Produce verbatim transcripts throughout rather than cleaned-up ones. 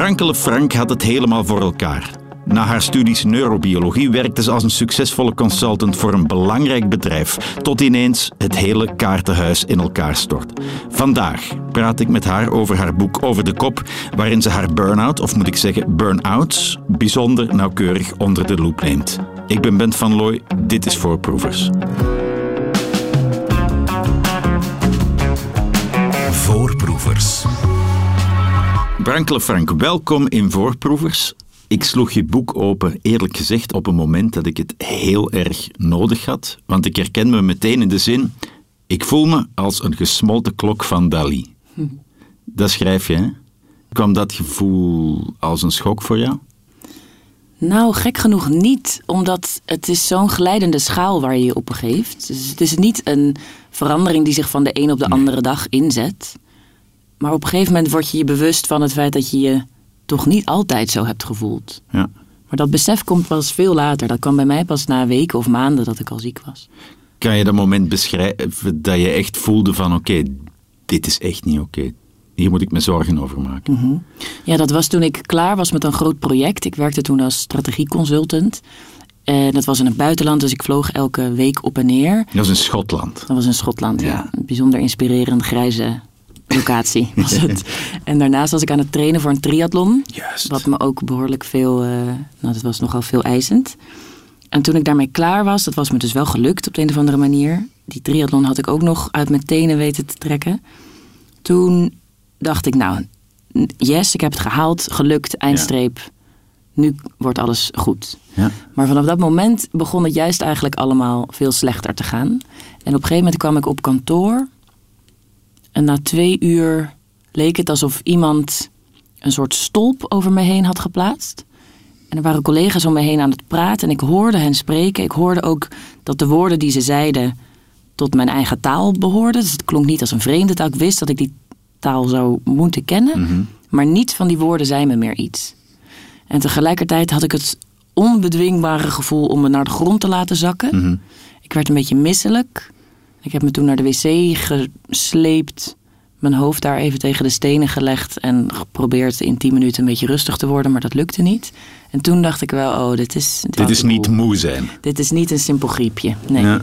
Brankele Frank had het helemaal voor elkaar. Na haar studies neurobiologie werkte ze als een succesvolle consultant voor een belangrijk bedrijf, tot ineens het hele kaartenhuis in elkaar stort. Vandaag praat ik met haar over haar boek Over de Kop, waarin ze haar burn-out, of moet ik zeggen burn-outs, bijzonder nauwkeurig onder de loep neemt. Ik ben Bent van Looy, dit is Voorproevers. Voorproevers. Brankele Frank, welkom in Voorproevers. Ik sloeg je boek open, eerlijk gezegd, op een moment dat ik het heel erg nodig had. Want ik herken me meteen in de zin, ik voel me als een gesmolten klok van Dali. Hm. Dat schrijf je, hè? Kwam dat gevoel als een schok voor jou? Nou, gek genoeg niet, omdat het is zo'n glijdende schaal waar je je op begeeft. Dus het is niet een verandering die zich van de een op de andere dag inzet. Maar op een gegeven moment word je je bewust van het feit dat je je toch niet altijd zo hebt gevoeld. Ja. Maar dat besef komt pas veel later. Dat kwam bij mij pas na weken of maanden dat ik al ziek was. Kan je dat moment beschrijven dat je echt voelde van oké, okay, dit is echt niet oké. Okay. Hier moet ik me zorgen over maken. Mm-hmm. Ja, dat was toen ik klaar was met een groot project. Ik werkte toen als strategieconsultant. En dat was in het buitenland, dus ik vloog elke week op en neer. Dat was in Schotland. Dat was in Schotland, ja. ja. Een bijzonder inspirerend grijze locatie was het. En daarnaast was ik aan het trainen voor een triathlon. Juist. Wat me ook behoorlijk veel, uh, nou dat was nogal veel eisend. En toen ik daarmee klaar was, dat was me dus wel gelukt op de een of andere manier. Die triathlon had ik ook nog uit mijn tenen weten te trekken. Toen dacht ik, nou, yes, ik heb het gehaald, gelukt, eindstreep. Ja. Nu wordt alles goed. Ja. Maar vanaf dat moment begon het juist eigenlijk allemaal veel slechter te gaan. En op een gegeven moment kwam ik op kantoor. En na twee uur leek het alsof iemand een soort stolp over me heen had geplaatst. En er waren collega's om me heen aan het praten. En ik hoorde hen spreken. Ik hoorde ook dat de woorden die ze zeiden tot mijn eigen taal behoorden. Dus het klonk niet als een vreemde taal. Ik wist dat ik die taal zou moeten kennen. Mm-hmm. Maar niets van die woorden zei me meer iets. En tegelijkertijd had ik het onbedwingbare gevoel om me naar de grond te laten zakken. Mm-hmm. Ik werd een beetje misselijk. Ik heb me toen naar de wc gesleept. Mijn hoofd daar even tegen de stenen gelegd. En geprobeerd in tien minuten een beetje rustig te worden. Maar dat lukte niet. En toen dacht ik wel, oh, dit is... Dit, dit is niet moe zijn. Dit is niet een simpel griepje, nee. Ja.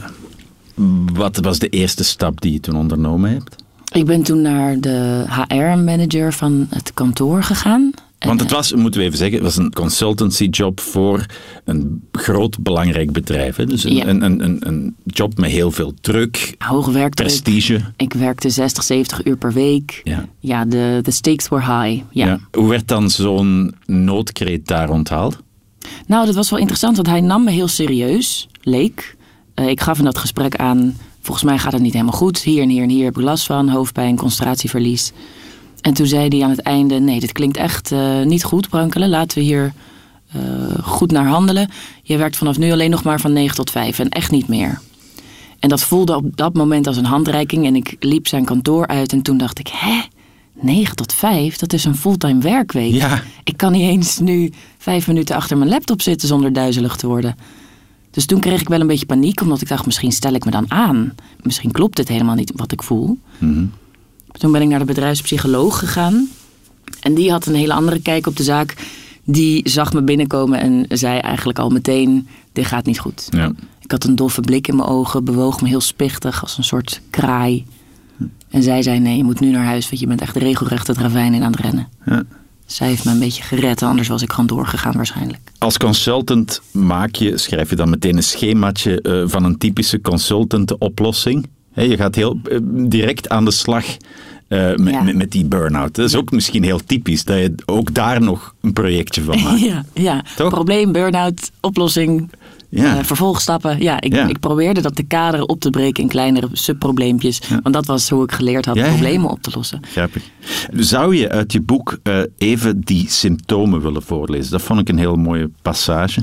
Wat was de eerste stap die je toen ondernomen hebt? Ik ben toen naar de H R-manager van het kantoor gegaan. Want het was, moeten we even zeggen, het was een consultancy job voor een groot belangrijk bedrijf. Hè? Dus een, ja. een, een, een, een job met heel veel druk, hoge werkdruk, prestige. Ik werkte zestig, zeventig uur per week. Ja, ja de, de stakes were high. Ja. Ja. Hoe werd dan zo'n noodkreet daar onthaald? Nou, dat was wel interessant, want hij nam me heel serieus, leek. Uh, ik gaf in dat gesprek aan, volgens mij gaat het niet helemaal goed. Hier en hier en hier heb ik last van, hoofdpijn, concentratieverlies. En toen zei hij aan het einde, nee, dit klinkt echt uh, niet goed, Brankele. Laten we hier uh, goed naar handelen. Je werkt vanaf nu alleen nog maar van negen tot vijf en echt niet meer. En dat voelde op dat moment als een handreiking. En ik liep zijn kantoor uit en toen dacht ik, hè, negen tot vijf? Dat is een fulltime werkweek. Ja. Ik kan niet eens nu vijf minuten achter mijn laptop zitten zonder duizelig te worden. Dus toen kreeg ik wel een beetje paniek, omdat ik dacht, misschien stel ik me dan aan. Misschien klopt het helemaal niet wat ik voel. Mm-hmm. Toen ben ik naar de bedrijfspsycholoog gegaan. En die had een hele andere kijk op de zaak. Die zag me binnenkomen en zei eigenlijk al meteen, dit gaat niet goed. Ja. Ik had een doffe blik in mijn ogen, bewoog me heel spichtig als een soort kraai. En zij zei, nee, je moet nu naar huis, want je bent echt regelrecht het ravijn in aan het rennen. Ja. Zij heeft me een beetje gered, anders was ik gewoon doorgegaan waarschijnlijk. Als consultant maak je, schrijf je dan meteen een schemaatje uh, van een typische consultant-oplossing. He, je gaat heel uh, direct aan de slag uh, met, ja. met, met die burn-out. Dat is ook misschien heel typisch, dat je ook daar nog een projectje van maakt. ja, ja. Toch? Probleem, burn-out, oplossing, ja. uh, vervolgstappen. Ja ik, ja. ik probeerde dat te kaderen, op te breken in kleinere subprobleempjes. Ja. Want dat was hoe ik geleerd had ja, problemen ja. op te lossen. Grappig. Zou je uit je boek uh, even die symptomen willen voorlezen? Dat vond ik een heel mooie passage.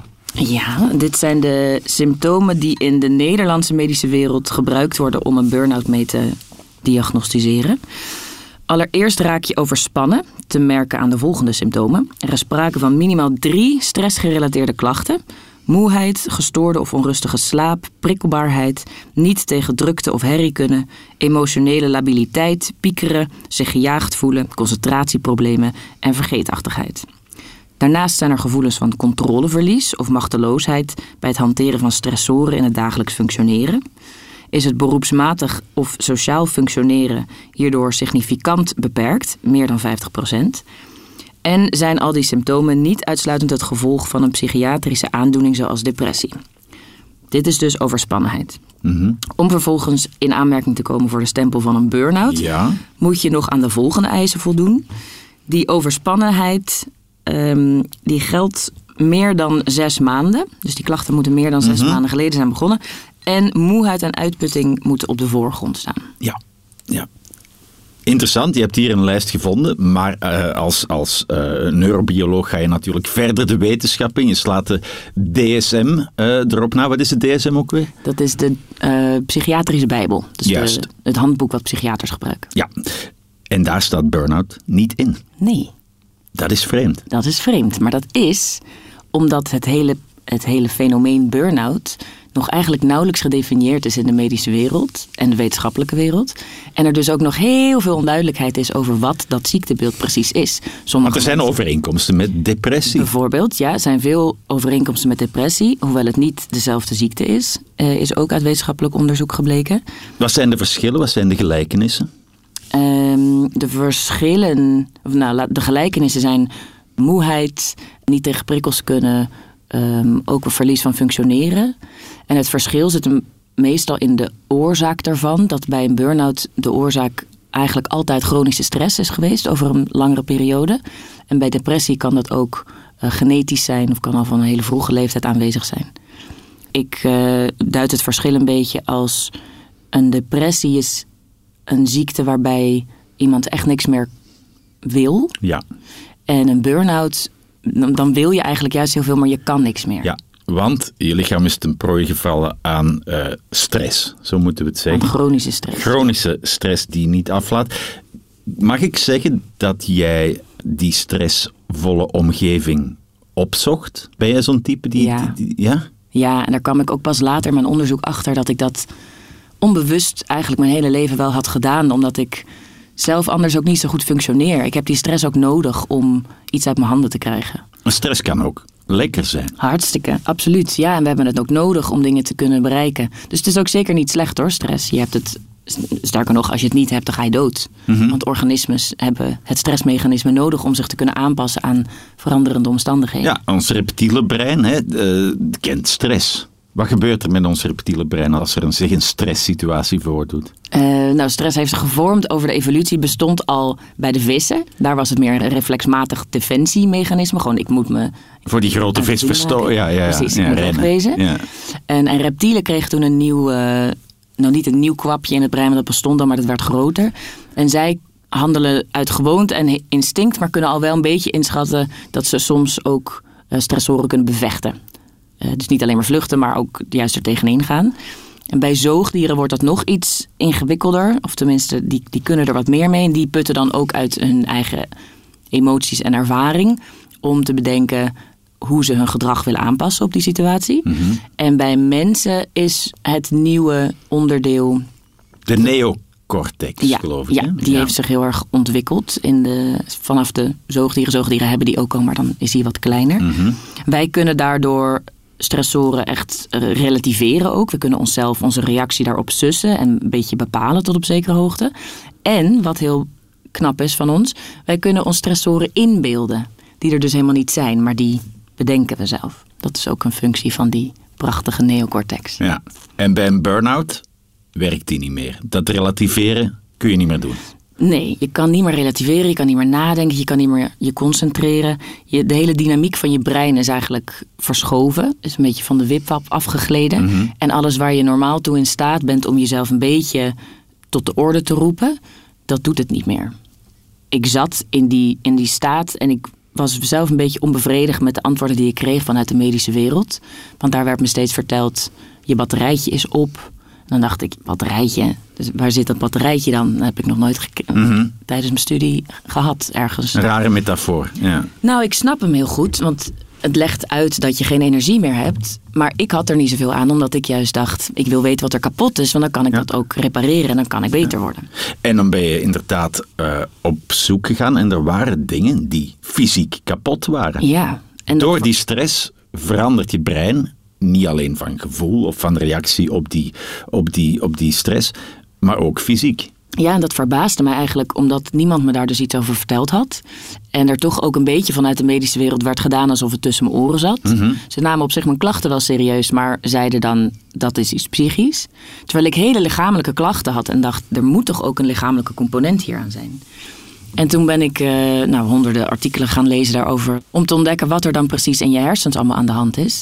Ja, dit zijn de symptomen die in de Nederlandse medische wereld gebruikt worden om een burn-out mee te diagnosticeren. Allereerst raak je overspannen, te merken aan de volgende symptomen. Er is sprake van minimaal drie stressgerelateerde klachten, moeheid, gestoorde of onrustige slaap, prikkelbaarheid, niet tegen drukte of herrie kunnen, emotionele labiliteit, piekeren, zich gejaagd voelen, concentratieproblemen en vergeetachtigheid. Daarnaast zijn er gevoelens van controleverlies of machteloosheid bij het hanteren van stressoren in het dagelijks functioneren. Is het beroepsmatig of sociaal functioneren hierdoor significant beperkt, meer dan vijftig procent. En zijn al die symptomen niet uitsluitend het gevolg van een psychiatrische aandoening zoals depressie. Dit is dus overspannenheid. Mm-hmm. Om vervolgens in aanmerking te komen voor de stempel van een burn-out, Ja. moet je nog aan de volgende eisen voldoen. Die overspannenheid um, die geldt meer dan zes maanden. Dus die klachten moeten meer dan zes Mm-hmm. maanden geleden zijn begonnen. En moeheid en uitputting moeten op de voorgrond staan. Ja, ja. Interessant, je hebt hier een lijst gevonden, maar uh, als, als uh, neurobioloog ga je natuurlijk verder de wetenschap in. Je slaat de D S M uh, erop na. Wat is de D S M ook weer? Dat is de uh, psychiatrische bijbel. Dus Juist. de, het handboek wat psychiaters gebruiken. Ja, en daar staat burn-out niet in. Nee, Dat is vreemd. dat is vreemd. Maar dat is omdat het hele, het hele fenomeen burn-out nog eigenlijk nauwelijks gedefinieerd is in de medische wereld en de wetenschappelijke wereld. En er dus ook nog heel veel onduidelijkheid is over wat dat ziektebeeld precies is. Sommige Want er zijn mensen- overeenkomsten met depressie. Bijvoorbeeld, ja, er zijn veel overeenkomsten met depressie. Hoewel het niet dezelfde ziekte is, eh, is ook uit wetenschappelijk onderzoek gebleken. Wat zijn de verschillen, wat zijn de gelijkenissen? Ehm, de verschillen, of nou, la- de gelijkenissen zijn moeheid, niet tegen prikkels kunnen, ehm, ook een verlies van functioneren. En het verschil zit hem meestal in de oorzaak daarvan. Dat bij een burn-out de oorzaak eigenlijk altijd chronische stress is geweest over een langere periode. En bij depressie kan dat ook uh, genetisch zijn of kan al van een hele vroege leeftijd aanwezig zijn. Ik uh, duid het verschil een beetje als een depressie is een ziekte waarbij iemand echt niks meer wil. Ja, En een burn-out, dan dan wil je eigenlijk juist heel veel, maar je kan niks meer. ja. Want je lichaam is ten prooi gevallen aan uh, stress, zo moeten we het Van zeggen. chronische stress. Chronische stress die niet aflaat. Mag ik zeggen dat jij die stressvolle omgeving opzocht? Ben jij zo'n type die... Ja. die, die- ja? Ja, en daar kwam ik ook pas later in mijn onderzoek achter dat ik dat onbewust eigenlijk mijn hele leven wel had gedaan. Omdat ik zelf anders ook niet zo goed functioneer. Ik heb die stress ook nodig om iets uit mijn handen te krijgen. Stress kan ook lekker zijn. Hartstikke, absoluut. Ja, en we hebben het ook nodig om dingen te kunnen bereiken. Dus het is ook zeker niet slecht hoor, stress. Je hebt het, sterker nog, als je het niet hebt, dan ga je dood. Mm-hmm. Want organismes hebben het stressmechanisme nodig om zich te kunnen aanpassen aan veranderende omstandigheden. Ja, ons reptiele brein hè, uh, kent stress. Wat gebeurt er met ons reptiele brein als er een, zich een stresssituatie voordoet? Uh, nou, stress heeft zich gevormd over de evolutie. Bestond al bij de vissen. Daar was het meer een reflexmatig defensiemechanisme. Gewoon, ik moet me... Voor die grote vis verstoren. Ja, ja, ja. Precies, ja, ik moet rennen. wegwezen. Ja. En, en reptielen kregen toen een nieuw... Uh, nou, niet een nieuw kwapje in het brein, maar dat bestond al, maar dat werd groter. En zij handelen uit gewoonte en instinct, maar kunnen al wel een beetje inschatten dat ze soms ook uh, stressoren kunnen bevechten. Uh, dus niet alleen maar vluchten, maar ook juist er tegenin gaan. En bij zoogdieren wordt dat nog iets ingewikkelder. Of tenminste, die, die kunnen er wat meer mee. En die putten dan ook uit hun eigen emoties en ervaring om te bedenken hoe ze hun gedrag willen aanpassen op die situatie. Mm-hmm. En bij mensen is het nieuwe onderdeel... De neocortex, Ja, geloof ik. ja hè? die Ja. heeft zich heel erg ontwikkeld in de, vanaf de zoogdieren. Zoogdieren hebben die ook al, maar dan is die wat kleiner. Mm-hmm. Wij kunnen daardoor stressoren echt relativeren ook. We kunnen onszelf, onze reactie daarop sussen en een beetje bepalen tot op zekere hoogte. En, wat heel knap is van ons, wij kunnen ons stressoren inbeelden. Die er dus helemaal niet zijn, maar die bedenken we zelf. Dat is ook een functie van die prachtige neocortex. Ja. En bij een burn-out werkt die niet meer. Dat relativeren kun je niet meer doen. Nee, je kan niet meer relativeren, je kan niet meer nadenken, je kan niet meer je concentreren. Je, de hele dynamiek van je brein is eigenlijk verschoven. Is een beetje van de wipwap afgegleden. Mm-hmm. En alles waar je normaal toe in staat bent om jezelf een beetje tot de orde te roepen, dat doet het niet meer. Ik zat in die, in die staat en ik was zelf een beetje onbevredigd met de antwoorden die ik kreeg vanuit de medische wereld. Want daar werd me steeds verteld, je batterijtje is op. Dan dacht ik, batterijtje? Dus waar zit dat batterijtje dan? Dat heb ik nog nooit gek- tijdens mijn studie gehad ergens. Een rare metafoor. Ja. Nou, ik snap hem heel goed. Want het legt uit dat je geen energie meer hebt. Maar ik had er niet zoveel aan, omdat ik juist dacht, ik wil weten wat er kapot is, want dan kan ik ja. dat ook repareren en dan kan ik beter ja. worden. En dan ben je inderdaad uh, op zoek gegaan en er waren dingen die fysiek kapot waren. Ja. En Door dat... die stress verandert je brein, niet alleen van gevoel of van reactie op die, op die, op die stress, maar ook fysiek. Ja, en dat verbaasde mij eigenlijk, omdat niemand me daar dus iets over verteld had. En er toch ook een beetje vanuit de medische wereld werd gedaan alsof het tussen mijn oren zat. Mm-hmm. Ze namen op zich mijn klachten wel serieus, maar zeiden dan dat is iets psychisch. Terwijl ik hele lichamelijke klachten had en dacht, er moet toch ook een lichamelijke component hier aan zijn. En toen ben ik uh, nou, honderden artikelen gaan lezen daarover, om te ontdekken wat er dan precies in je hersens allemaal aan de hand is.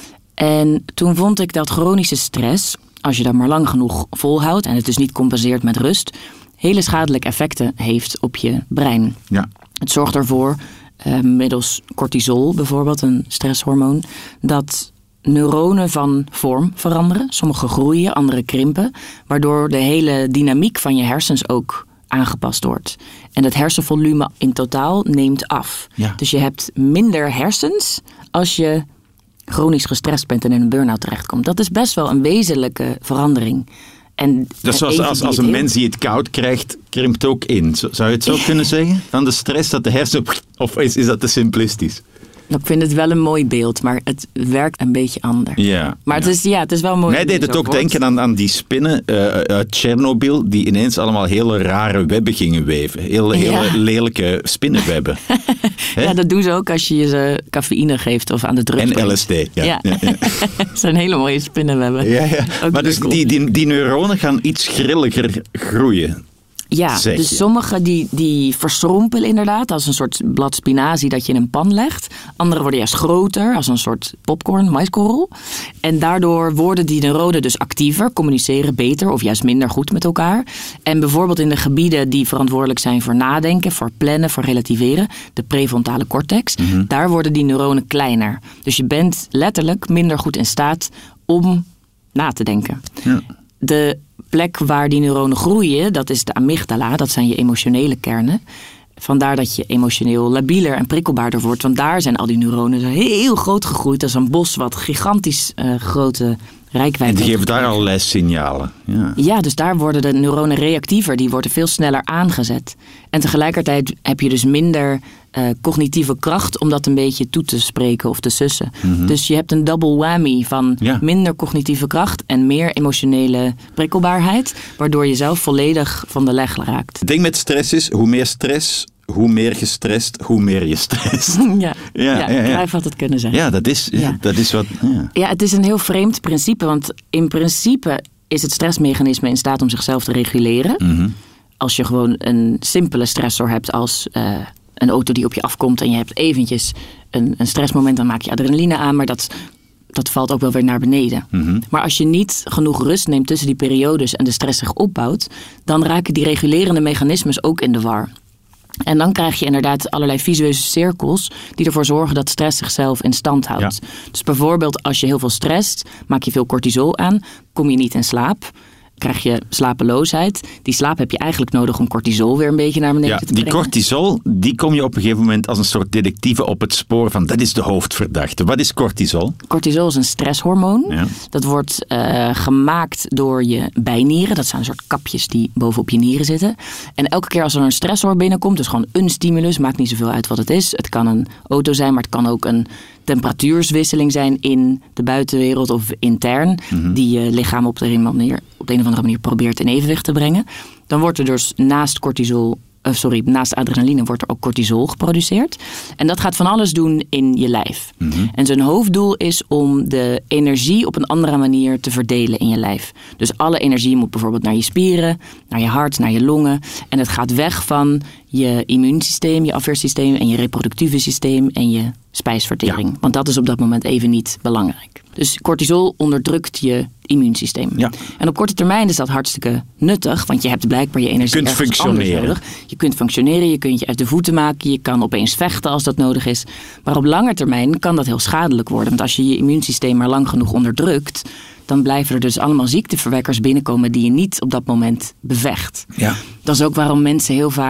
En toen vond ik dat chronische stress, als je dat maar lang genoeg volhoudt en het dus niet compenseert met rust, hele schadelijke effecten heeft op je brein. Ja. Het zorgt ervoor, uh, middels cortisol bijvoorbeeld, een stresshormoon, dat neuronen van vorm veranderen. Sommige groeien, andere krimpen, waardoor de hele dynamiek van je hersens ook aangepast wordt. En het hersenvolume in totaal neemt af. Ja. Dus je hebt minder hersens als je chronisch gestrest bent en in een burn-out terechtkomt. Dat is best wel een wezenlijke verandering. En dus zoals als, als een heel... mens die het koud krijgt, krimpt ook in. Zou je het zo kunnen zeggen? Van de stress dat de hersen... Of is, is dat te simplistisch? Ik vind het wel een mooi beeld, maar het werkt een beetje anders. Ja, maar ja. Het, is, ja, het is wel mooi. Mij deed het ook wordt. denken aan, aan die spinnen uh, uit Tsjernobyl, die ineens allemaal hele rare webben gingen weven. Hele, hele ja. lelijke spinnenwebben. Ja, dat doen ze ook als je je cafeïne geeft of aan de druk En brengt. L S D. Ja. Ja. Ja. Ja, ja. Het zijn hele mooie spinnenwebben. Ja, ja. Maar dus die, die, die neuronen gaan iets grilliger groeien. Ja, dus sommige die, die verschrompelen inderdaad als een soort blad spinazie dat je in een pan legt. Andere worden juist groter als een soort popcorn, maiskorrel. En daardoor worden die neuronen dus actiever, communiceren beter of juist minder goed met elkaar. En bijvoorbeeld in de gebieden die verantwoordelijk zijn voor nadenken, voor plannen, voor relativeren, de prefrontale cortex, mm-hmm. daar worden die neuronen kleiner. Dus je bent letterlijk minder goed in staat om na te denken. Ja. De plek waar die neuronen groeien, dat is de amygdala, dat zijn je emotionele kernen. Vandaar dat je emotioneel labieler en prikkelbaarder wordt, want daar zijn al die neuronen heel groot gegroeid. Dat is een bos wat gigantisch uh, grote reikwijdte. En die geven daar allerlei signalen. Ja. ja, dus daar worden de neuronen reactiever, die worden veel sneller aangezet. En tegelijkertijd heb je dus minder uh, cognitieve kracht om dat een beetje toe te spreken of te sussen. Mm-hmm. Dus je hebt een double whammy van ja. minder cognitieve kracht en meer emotionele prikkelbaarheid, waardoor je zelf volledig van de leg raakt. Het ding met stress is, hoe meer stress, hoe meer gestrest, hoe meer je stress. Ja, ja, ja, ja, ja. had het kunnen zijn. Ja, dat is, ja. dat is wat... Ja. ja, het is een heel vreemd principe, want in principe is het stressmechanisme in staat om zichzelf te reguleren. Mm-hmm. Als je gewoon een simpele stressor hebt als uh, een auto die op je afkomt en je hebt eventjes een, een stressmoment, dan maak je adrenaline aan, maar dat... dat valt ook wel weer naar beneden. Mm-hmm. Maar als je niet genoeg rust neemt tussen die periodes en de stress zich opbouwt, dan raken die regulerende mechanismes ook in de war. En dan krijg je inderdaad allerlei visueuze cirkels die ervoor zorgen dat stress zichzelf in stand houdt. Ja. Dus bijvoorbeeld als je heel veel stresst, maak je veel cortisol aan, kom je niet in slaap, krijg je slapeloosheid. Die slaap heb je eigenlijk nodig om cortisol weer een beetje naar beneden ja, te brengen. Die cortisol, die kom je op een gegeven moment als een soort detectieve op het spoor van, dat is de hoofdverdachte. Wat is cortisol? Cortisol is een stresshormoon. Ja. Dat wordt uh, gemaakt door je bijnieren. Dat zijn een soort kapjes die bovenop je nieren zitten. En elke keer als er een stressor binnenkomt, dus gewoon een stimulus, maakt niet zoveel uit wat het is. Het kan een auto zijn, maar het kan ook een temperatuurswisseling zijn in de buitenwereld of intern, mm-hmm. die je lichaam op de een manier, op de een of andere manier probeert in evenwicht te brengen. Dan wordt er dus naast cortisol, uh, sorry, naast adrenaline wordt er ook cortisol geproduceerd. En dat gaat van alles doen in je lijf. Mm-hmm. En zijn hoofddoel is om de energie op een andere manier te verdelen in je lijf. Dus alle energie moet bijvoorbeeld naar je spieren, naar je hart, naar je longen. En het gaat weg van je immuunsysteem, je afweersysteem en je reproductieve systeem en je spijsvertering. Ja. Want dat is op dat moment even niet belangrijk. Dus cortisol onderdrukt je immuunsysteem. Ja. En op korte termijn is dat hartstikke nuttig, want je hebt blijkbaar je energie je kunt ergens anders nodig. Je kunt functioneren, je kunt je uit de voeten maken, je kan opeens vechten als dat nodig is. Maar op lange termijn kan dat heel schadelijk worden. Want als je je immuunsysteem maar lang genoeg onderdrukt, dan blijven er dus allemaal ziekteverwekkers binnenkomen die je niet op dat moment bevecht. Ja. Dat is ook waarom mensen heel vaak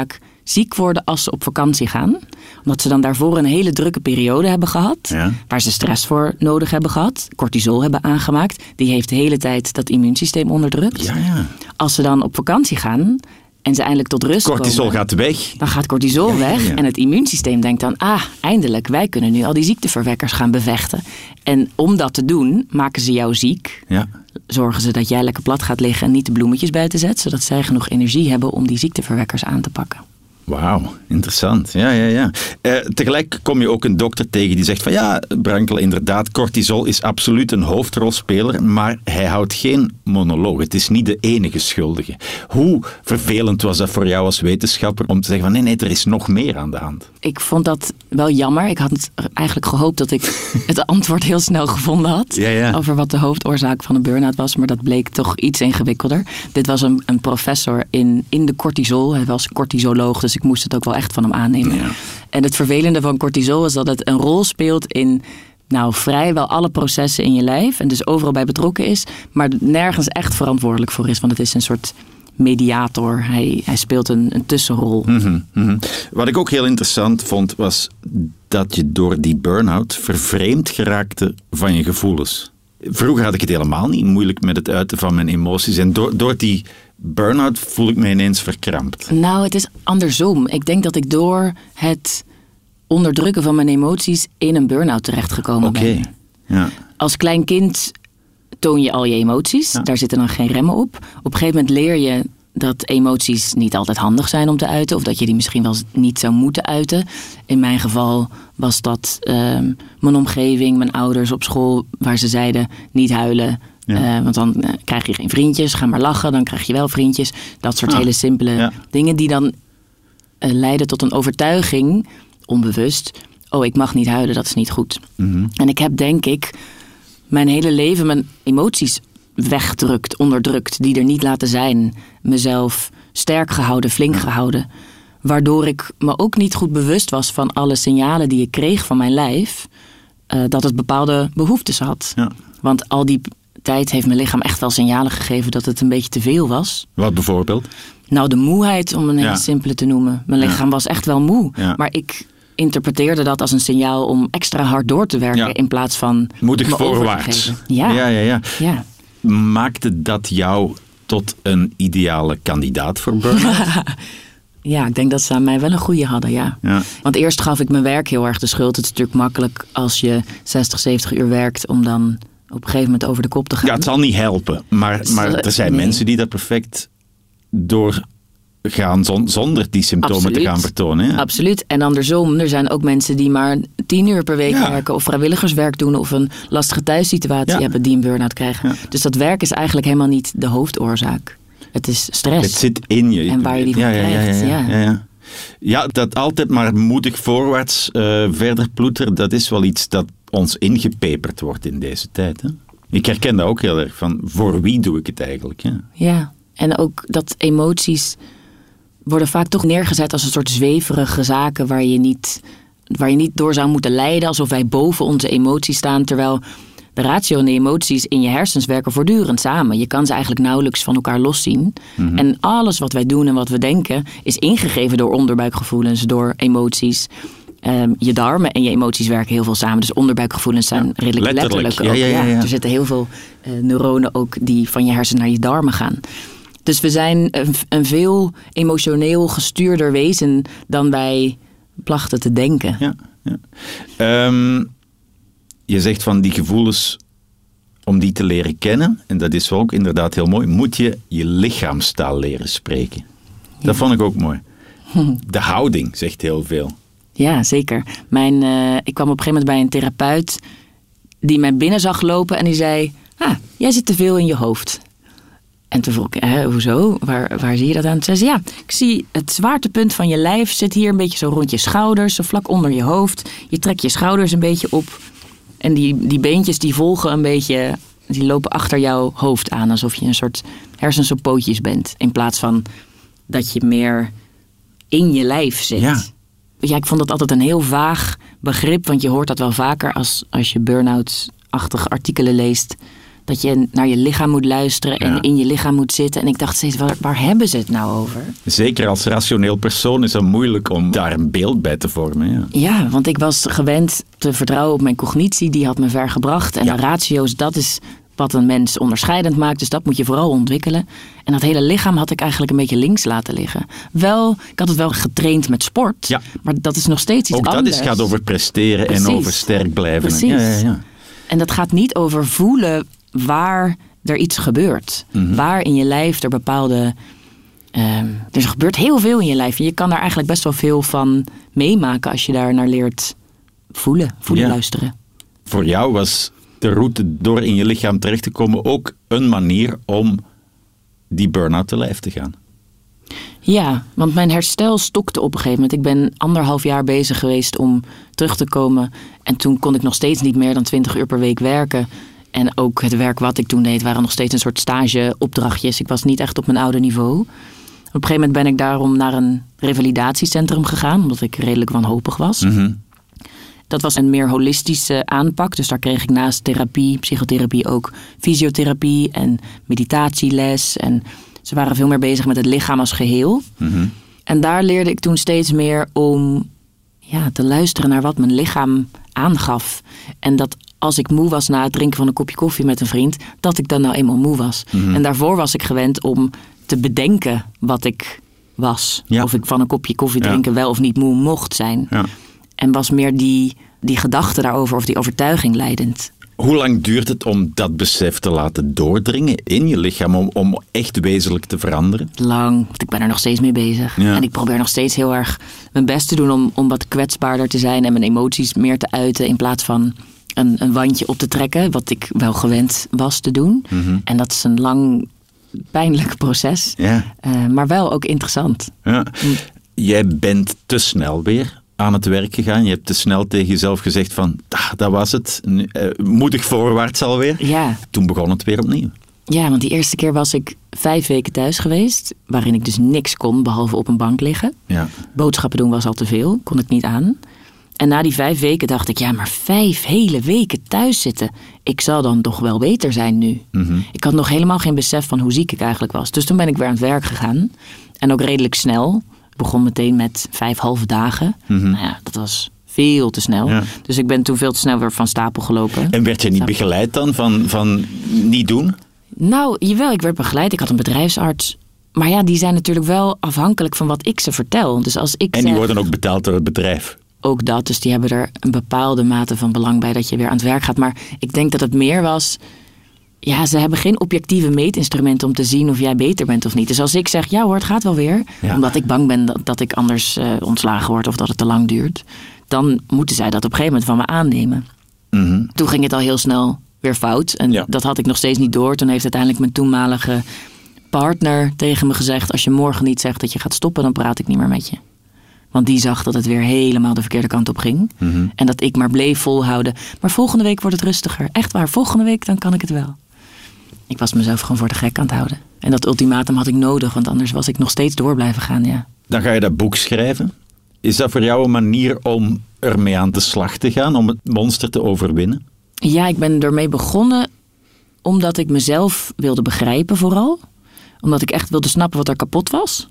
ziek worden als ze op vakantie gaan. Omdat ze dan daarvoor een hele drukke periode hebben gehad. Ja. Waar ze stress voor nodig hebben gehad. Cortisol hebben aangemaakt. Die heeft de hele tijd dat immuunsysteem onderdrukt. Ja, ja. Als ze dan op vakantie gaan en ze eindelijk tot rust cortisol komen. Cortisol gaat weg. Dan gaat cortisol ja, weg. Ja, ja. En het immuunsysteem denkt dan, ah, eindelijk, wij kunnen nu al die ziekteverwekkers gaan bevechten. En om dat te doen, maken ze jou ziek. Ja. Zorgen ze dat jij lekker plat gaat liggen en niet de bloemetjes buiten zet. Zodat zij genoeg energie hebben om die ziekteverwekkers aan te pakken. Wauw, interessant. Ja, ja, ja. Uh, tegelijk kom je ook een dokter tegen die zegt van ja, Brankele, inderdaad, cortisol is absoluut een hoofdrolspeler, maar hij houdt geen monoloog. Het is niet de enige schuldige. Hoe vervelend was dat voor jou als wetenschapper om te zeggen van nee, nee, er is nog meer aan de hand? Ik vond dat wel jammer. Ik had eigenlijk gehoopt dat ik het antwoord heel snel gevonden had ja, ja. over wat de hoofdoorzaak van een burn-out was, maar dat bleek toch iets ingewikkelder. Dit was een, een professor in, in de cortisol. Hij was cortisoloog, dus ik moest het ook wel echt van hem aannemen. Ja. En het vervelende van cortisol is dat het een rol speelt in nou, vrijwel alle processen in je lijf. En dus overal bij betrokken is. Maar nergens echt verantwoordelijk voor is. Want het is een soort mediator. Hij, hij speelt een, een tussenrol. Mm-hmm, mm-hmm. Wat ik ook heel interessant vond, was dat je door die burn-out vervreemd geraakte van je gevoelens. Vroeger had ik het helemaal niet moeilijk met het uiten van mijn emoties. En door, door die burn-out voel ik me ineens verkrampt. Nou, het is andersom. Ik denk dat ik door het onderdrukken van mijn emoties in een burn-out terechtgekomen okay. ben. Ja. Als klein kind toon je al je emoties. Ja. Daar zitten dan geen remmen op. Op een gegeven moment leer je dat emoties niet altijd handig zijn om te uiten. Of dat je die misschien wel niet zou moeten uiten. In mijn geval was dat uh, mijn omgeving, mijn ouders op school, waar ze zeiden niet huilen. Ja. Uh, want dan uh, krijg je geen vriendjes. Ga maar lachen, dan krijg je wel vriendjes. Dat soort ah. hele simpele ja. dingen die dan uh, leiden tot een overtuiging, onbewust. Oh, ik mag niet huilen, dat is niet goed. Mm-hmm. En ik heb denk ik mijn hele leven mijn emoties weggedrukt, onderdrukt, die er niet laten zijn. Mezelf sterk gehouden, flink gehouden. Waardoor ik me ook niet goed bewust was van alle signalen die ik kreeg van mijn lijf. Uh, dat het bepaalde behoeftes had. Ja. Want al die tijd heeft mijn lichaam echt wel signalen gegeven dat het een beetje te veel was. Wat bijvoorbeeld? Nou, de moeheid, om een hele ja. simpele te noemen. Mijn lichaam ja. was echt wel moe. Ja. Maar ik interpreteerde dat als een signaal om extra hard door te werken ja. in plaats van moedig voorwaarts. Ja. Ja, ja, ja. ja. Maakte dat jou tot een ideale kandidaat voor burn-out? Ja, ik denk dat ze aan mij wel een goede hadden, ja. ja. Want eerst gaf ik mijn werk heel erg de schuld. Het is natuurlijk makkelijk als je zestig, zeventig uur werkt om dan op een gegeven moment over de kop te gaan. Ja, het zal niet helpen. Maar, maar er zijn nee. mensen die dat perfect doorgaan zonder die symptomen Absoluut. te gaan vertonen. Ja. Absoluut. En andersom, er zijn ook mensen die maar tien uur per week ja. werken of vrijwilligerswerk doen of een lastige thuissituatie ja. hebben die een burn-out krijgen. Ja. Dus dat werk is eigenlijk helemaal niet de hoofdoorzaak. Het is stress. Het zit in je. En waar je die van ja, ja, krijgt. Ja, ja, ja. Ja, ja. ja, dat altijd maar moedig voorwaarts uh, verder ploeteren, dat is wel iets dat ons ingepeperd wordt in deze tijd. Hè? Ik herken dat ook heel erg van, voor wie doe ik het eigenlijk? Ja, ja. En ook dat emoties worden vaak toch neergezet als een soort zweverige zaken waar je niet, waar je niet door zou moeten lijden, alsof wij boven onze emoties staan, terwijl de ratio en de emoties in je hersens werken voortdurend samen. Je kan ze eigenlijk nauwelijks van elkaar loszien. Mm-hmm. En alles wat wij doen en wat we denken is ingegeven door onderbuikgevoelens, door emoties. Um, je darmen en je emoties werken heel veel samen. Dus onderbuikgevoelens zijn ja, redelijk letterlijk. letterlijk ook. Ja, ja, ja, ja. Er zitten heel veel uh, neuronen ook die van je hersenen naar je darmen gaan. Dus we zijn een, een veel emotioneel gestuurder wezen dan wij plachten te denken. Ja, ja. Um, je zegt van die gevoelens, om die te leren kennen, en dat is ook inderdaad heel mooi, moet je je lichaamstaal leren spreken. Ja. Dat vond ik ook mooi. De houding zegt heel veel. Ja, zeker. Mijn, uh, ik kwam op een gegeven moment bij een therapeut die mij binnen zag lopen en die zei, ah, jij zit te veel in je hoofd. En toen vroeg ik, hè, hoezo? Waar, waar zie je dat aan? Toen zei ze, ja, ik zie het zwaartepunt van je lijf zit hier een beetje zo rond je schouders, zo vlak onder je hoofd. Je trekt je schouders een beetje op en die, die beentjes die volgen een beetje, die lopen achter jouw hoofd aan, alsof je een soort hersens op pootjes bent. In plaats van dat je meer in je lijf zit. Ja. Ja, ik vond dat altijd een heel vaag begrip, want je hoort dat wel vaker als, als je burn-out-achtige artikelen leest. dat je naar je lichaam moet luisteren en Ja. in je lichaam moet zitten. En ik dacht steeds, waar, waar hebben ze het nou over? Zeker als rationeel persoon is het moeilijk om daar een beeld bij te vormen. Ja. Ja, want ik was gewend te vertrouwen op mijn cognitie. Die had me ver gebracht. En Ja. de ratio's, dat is wat een mens onderscheidend maakt. Dus dat moet je vooral ontwikkelen. En dat hele lichaam had ik eigenlijk een beetje links laten liggen. Wel, ik had het wel getraind met sport. Ja. Maar dat is nog steeds iets Ook dat anders. is, gaat over presteren Precies. en over sterk blijven. Precies. Ja, ja, ja. En dat gaat niet over voelen waar er iets gebeurt. Mhm. Waar in je lijf er bepaalde... ehm, er gebeurt heel veel in je lijf. En je kan daar eigenlijk best wel veel van meemaken als je daar naar leert voelen. Voelen, Ja. luisteren. Voor jou was de route door in je lichaam terecht te komen ook een manier om die burn-out te lijf te gaan. Ja, want mijn herstel stokte op een gegeven moment. Ik ben anderhalf jaar bezig geweest om terug te komen. En toen kon ik nog steeds niet meer dan twintig uur per week werken. En ook het werk wat ik toen deed waren nog steeds een soort stageopdrachtjes. Ik was niet echt op mijn oude niveau. Op een gegeven moment ben ik daarom naar een revalidatiecentrum gegaan. Omdat ik redelijk wanhopig was. Mm-hmm. Dat was een meer holistische aanpak. Dus daar kreeg ik naast therapie, psychotherapie ook fysiotherapie en meditatieles. En ze waren veel meer bezig met het lichaam als geheel. Mm-hmm. En daar leerde ik toen steeds meer om ja, te luisteren naar wat mijn lichaam aangaf. En dat als ik moe was na het drinken van een kopje koffie met een vriend, dat ik dan nou eenmaal moe was. Mhm. En daarvoor was ik gewend om te bedenken wat ik was. Ja. Of ik van een kopje koffie Ja. drinken wel of niet moe mocht zijn. Ja. En was meer die, die gedachte daarover of die overtuiging leidend. Hoe lang duurt het om dat besef te laten doordringen in je lichaam, om, om echt wezenlijk te veranderen? Lang, want ik ben er nog steeds mee bezig. Ja. En ik probeer nog steeds heel erg mijn best te doen om, om wat kwetsbaarder te zijn en mijn emoties meer te uiten in plaats van een, een wandje op te trekken, wat ik wel gewend was te doen. Mhm. En dat is een lang, pijnlijk proces, Ja. uh, maar wel ook interessant. Ja. Jij bent te snel weer aan het werk gegaan. Je hebt te snel tegen jezelf gezegd van, ah, dat was het. Nu, eh, moedig voorwaarts alweer. Ja. Toen begon het weer opnieuw. Ja, want die eerste keer was ik vijf weken thuis geweest, waarin ik dus niks kon behalve op een bank liggen. Ja. Boodschappen doen was al te veel, kon ik niet aan. En na die vijf weken dacht ik, ja, maar vijf hele weken thuis zitten. Ik zal dan toch wel beter zijn nu. Mm-hmm. Ik had nog helemaal geen besef van hoe ziek ik eigenlijk was. Dus toen ben ik weer aan het werk gegaan. En ook redelijk snel. Ik begon meteen met vijf halve dagen. Mm-hmm. Nou ja, dat was veel te snel. Ja. Dus ik ben toen veel te snel weer van stapel gelopen. En werd je niet begeleid dan van, van niet doen? Nou, jawel, ik werd begeleid. Ik had een bedrijfsarts. Maar ja, die zijn natuurlijk wel afhankelijk van wat ik ze vertel. Dus als ik En die zeg, worden ook betaald door het bedrijf. ook dat, dus die hebben er een bepaalde mate van belang bij dat je weer aan het werk gaat. Maar ik denk dat het meer was, ja, ze hebben geen objectieve meetinstrumenten om te zien of jij beter bent of niet. Dus als ik zeg, ja hoor, het gaat wel weer, Ja. omdat ik bang ben dat, dat ik anders uh, ontslagen word of dat het te lang duurt, dan moeten zij dat op een gegeven moment van me aannemen. Mm-hmm. Toen ging het al heel snel weer fout en Ja. dat had ik nog steeds niet door. Toen heeft uiteindelijk mijn toenmalige partner tegen me gezegd, als je morgen niet zegt dat je gaat stoppen, dan praat ik niet meer met je. Want die zag dat het weer helemaal de verkeerde kant op ging. Mm-hmm. En dat ik maar bleef volhouden. Maar volgende week wordt het rustiger. Echt waar, volgende week dan kan ik het wel. Ik was mezelf gewoon voor de gek aan het houden. En dat ultimatum had ik nodig, want anders was ik nog steeds door blijven gaan, ja. Dan ga je dat boek schrijven. Is dat voor jou een manier om ermee aan de slag te gaan, om het monster te overwinnen? Ja, ik ben ermee begonnen omdat ik mezelf wilde begrijpen vooral. Omdat ik echt wilde snappen wat er kapot was.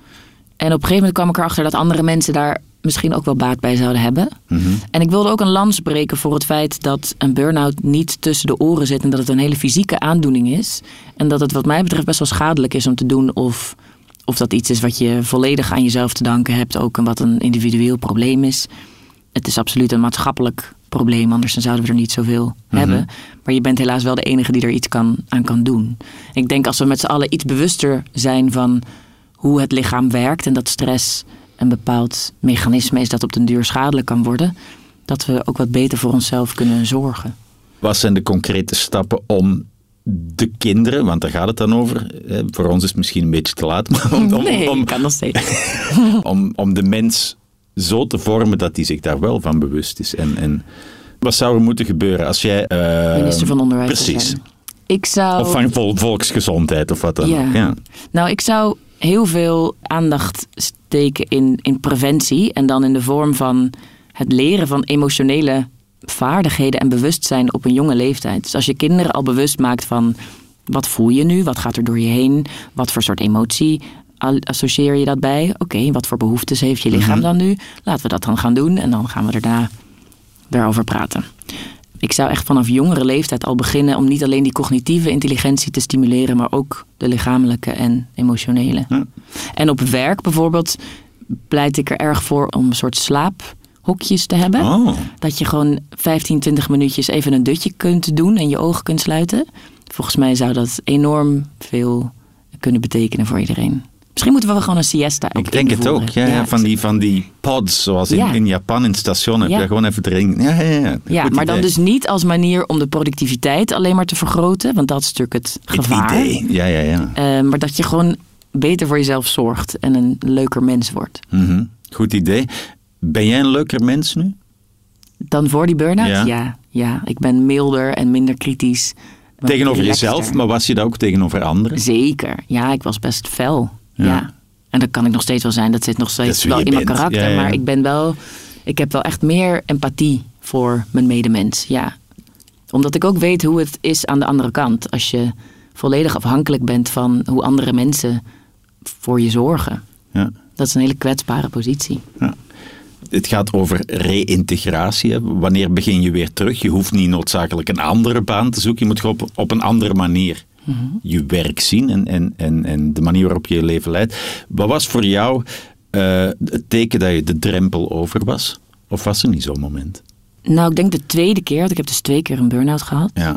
En op een gegeven moment kwam ik erachter dat andere mensen daar misschien ook wel baat bij zouden hebben. Mm-hmm. En ik wilde ook een lans breken voor het feit dat een burn-out niet tussen de oren zit en dat het een hele fysieke aandoening is. En dat het wat mij betreft best wel schadelijk is om te doen of, of dat iets is wat je volledig aan jezelf te danken hebt ook en wat een individueel probleem is. Het is absoluut een maatschappelijk probleem, anders dan zouden we er niet zoveel Mm-hmm. hebben. Maar je bent helaas wel de enige die er iets kan, aan kan doen. Ik denk als we met z'n allen iets bewuster zijn van hoe het lichaam werkt en dat stress een bepaald mechanisme is dat op den duur schadelijk kan worden, dat we ook wat beter voor onszelf kunnen zorgen. Wat zijn de concrete stappen om de kinderen, want daar gaat het dan over, hè, voor ons is het misschien een beetje te laat, maar om, om, nee, om, kan nog steeds. om, om de mens zo te vormen dat hij zich daar wel van bewust is. En, en wat zou er moeten gebeuren als jij... Uh, Minister van Onderwijs zou Precies. zijn. Ik zou... Of van vol, volksgezondheid of wat dan Ja. ook. Ja. Nou, ik zou heel veel aandacht steken in, in preventie. En dan in de vorm van het leren van emotionele vaardigheden en bewustzijn op een jonge leeftijd. Dus als je kinderen al bewust maakt van wat voel je nu, wat gaat er door je heen, wat voor soort emotie associeer je dat bij? Oké, okay, wat voor behoeftes heeft je lichaam dan nu? Laten we dat dan gaan doen en dan gaan we daarna daarover praten. Ik zou echt vanaf jongere leeftijd al beginnen om niet alleen die cognitieve intelligentie te stimuleren, maar ook de lichamelijke en emotionele. Ja. En op werk bijvoorbeeld pleit ik er erg voor om een soort slaaphokjes te hebben. Oh. Dat je gewoon vijftien, twintig minuutjes even een dutje kunt doen en je ogen kunt sluiten. Volgens mij zou dat enorm veel kunnen betekenen voor iedereen. Misschien moeten we wel gewoon een siesta ook Ik denk invoeren. het ook, ja, ja. ja van, die, van die pods, zoals in, ja. in Japan in het station heb ja. je gewoon even drinken. Ja, ja, ja. ja maar idee. Dan dus niet als manier om de productiviteit alleen maar te vergroten, want dat is natuurlijk het gevaar. Het idee, ja, ja, ja. Uh, maar dat je gewoon beter voor jezelf zorgt en een leuker mens wordt. Mm-hmm. Goed idee. Ben jij een leuker mens nu? Dan voor die burn-out? Ja. ja, ja. Ik ben milder en minder kritisch. Tegenover jezelf, maar was je dat ook tegenover anderen? Zeker, ja, ik was best fel. Ja. ja, en dat kan ik nog steeds wel zijn. Dat zit nog steeds wel in bent. mijn karakter. Ja, ja. Maar ik ben wel, ik heb wel echt meer empathie voor mijn medemens. Ja, omdat ik ook weet hoe het is aan de andere kant. Als je volledig afhankelijk bent van hoe andere mensen voor je zorgen. Ja. Dat is een hele kwetsbare positie. Ja. Het gaat over reïntegratie. Wanneer begin je weer terug? Je hoeft niet noodzakelijk een andere baan te zoeken. Je moet gewoon op, op een andere manier Mm-hmm. je werk zien en, en, en, en de manier waarop je je leven leidt. Wat was voor jou uh, het teken dat je de drempel over was? Of was er niet zo'n moment? Nou, ik denk de tweede keer, want ik heb dus twee keer een burn-out gehad. Ja.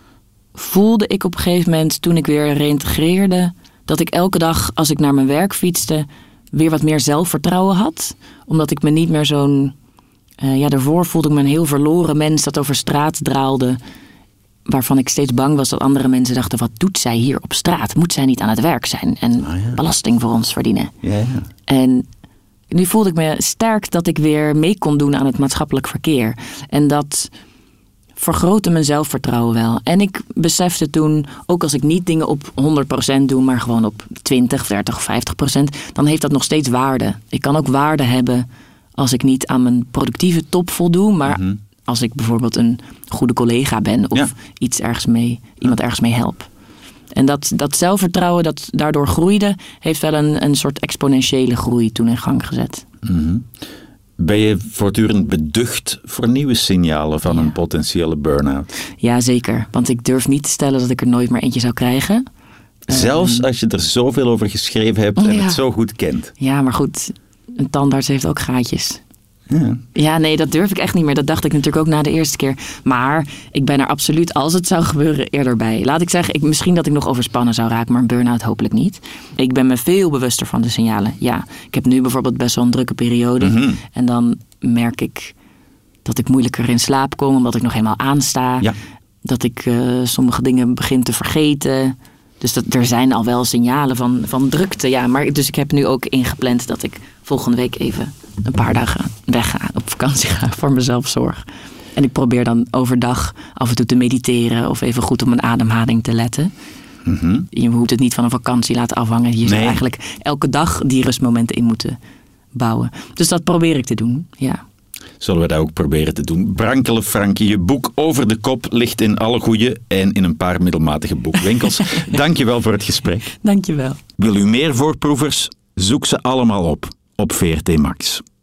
Voelde ik op een gegeven moment, toen ik weer reïntegreerde, dat ik elke dag als ik naar mijn werk fietste, weer wat meer zelfvertrouwen had. Omdat ik me niet meer zo'n... Uh, ja, daarvoor voelde ik me een heel verloren mens dat over straat draalde, waarvan ik steeds bang was dat andere mensen dachten, wat doet zij hier op straat? Moet zij niet aan het werk zijn en oh ja. belasting voor ons verdienen? Ja, ja. En nu voelde ik me sterk dat ik weer mee kon doen aan het maatschappelijk verkeer. En dat vergrootte mijn zelfvertrouwen wel. En ik besefte toen, ook als ik niet dingen op honderd procent doe, maar gewoon op twintig, dertig, vijftig procent, dan heeft dat nog steeds waarde. Ik kan ook waarde hebben als ik niet aan mijn productieve top voldoe, maar mm-hmm. als ik bijvoorbeeld een goede collega ben of ja. iets ergens mee, iemand ergens mee help. En dat, dat zelfvertrouwen dat daardoor groeide, heeft wel een, een soort exponentiële groei toen in gang gezet. Mm-hmm. Ben je voortdurend beducht voor nieuwe signalen van ja. een potentiële burn-out? Ja, zeker. Want ik durf niet te stellen dat ik er nooit meer eentje zou krijgen. Zelfs um, als je er zoveel over geschreven hebt en ja. het zo goed kent. Ja, maar goed, een tandarts heeft ook gaatjes. Ja. ja, nee, dat durf ik echt niet meer. Dat dacht ik natuurlijk ook na de eerste keer. Maar ik ben er absoluut, als het zou gebeuren, eerder bij. Laat ik zeggen, ik, misschien dat ik nog overspannen zou raken, maar een burn-out hopelijk niet. Ik ben me veel bewuster van de signalen. Ja, ik heb nu bijvoorbeeld best wel een drukke periode. Mm-hmm. En dan merk ik dat ik moeilijker in slaap kom, omdat ik nog helemaal aansta. Ja. Dat ik uh, sommige dingen begin te vergeten. Dus dat, er zijn al wel signalen van, van drukte. Ja, maar dus ik heb nu ook ingepland dat ik volgende week even een paar dagen wegga, op vakantie ga voor mezelf zorg. En ik probeer dan overdag af en toe te mediteren of even goed op mijn ademhaling te letten. Mm-hmm. Je moet het niet van een vakantie laten afhangen. Je nee. zou eigenlijk elke dag die rustmomenten in moeten bouwen. Dus dat probeer ik te doen, ja. Zullen we dat ook proberen te doen? Brankele Frankie, je boek Over de Kop ligt in alle goede en in een paar middelmatige boekwinkels. Dank je wel voor het gesprek. Dank je wel. Wil u meer voorproevers? Zoek ze allemaal op op V R T Max.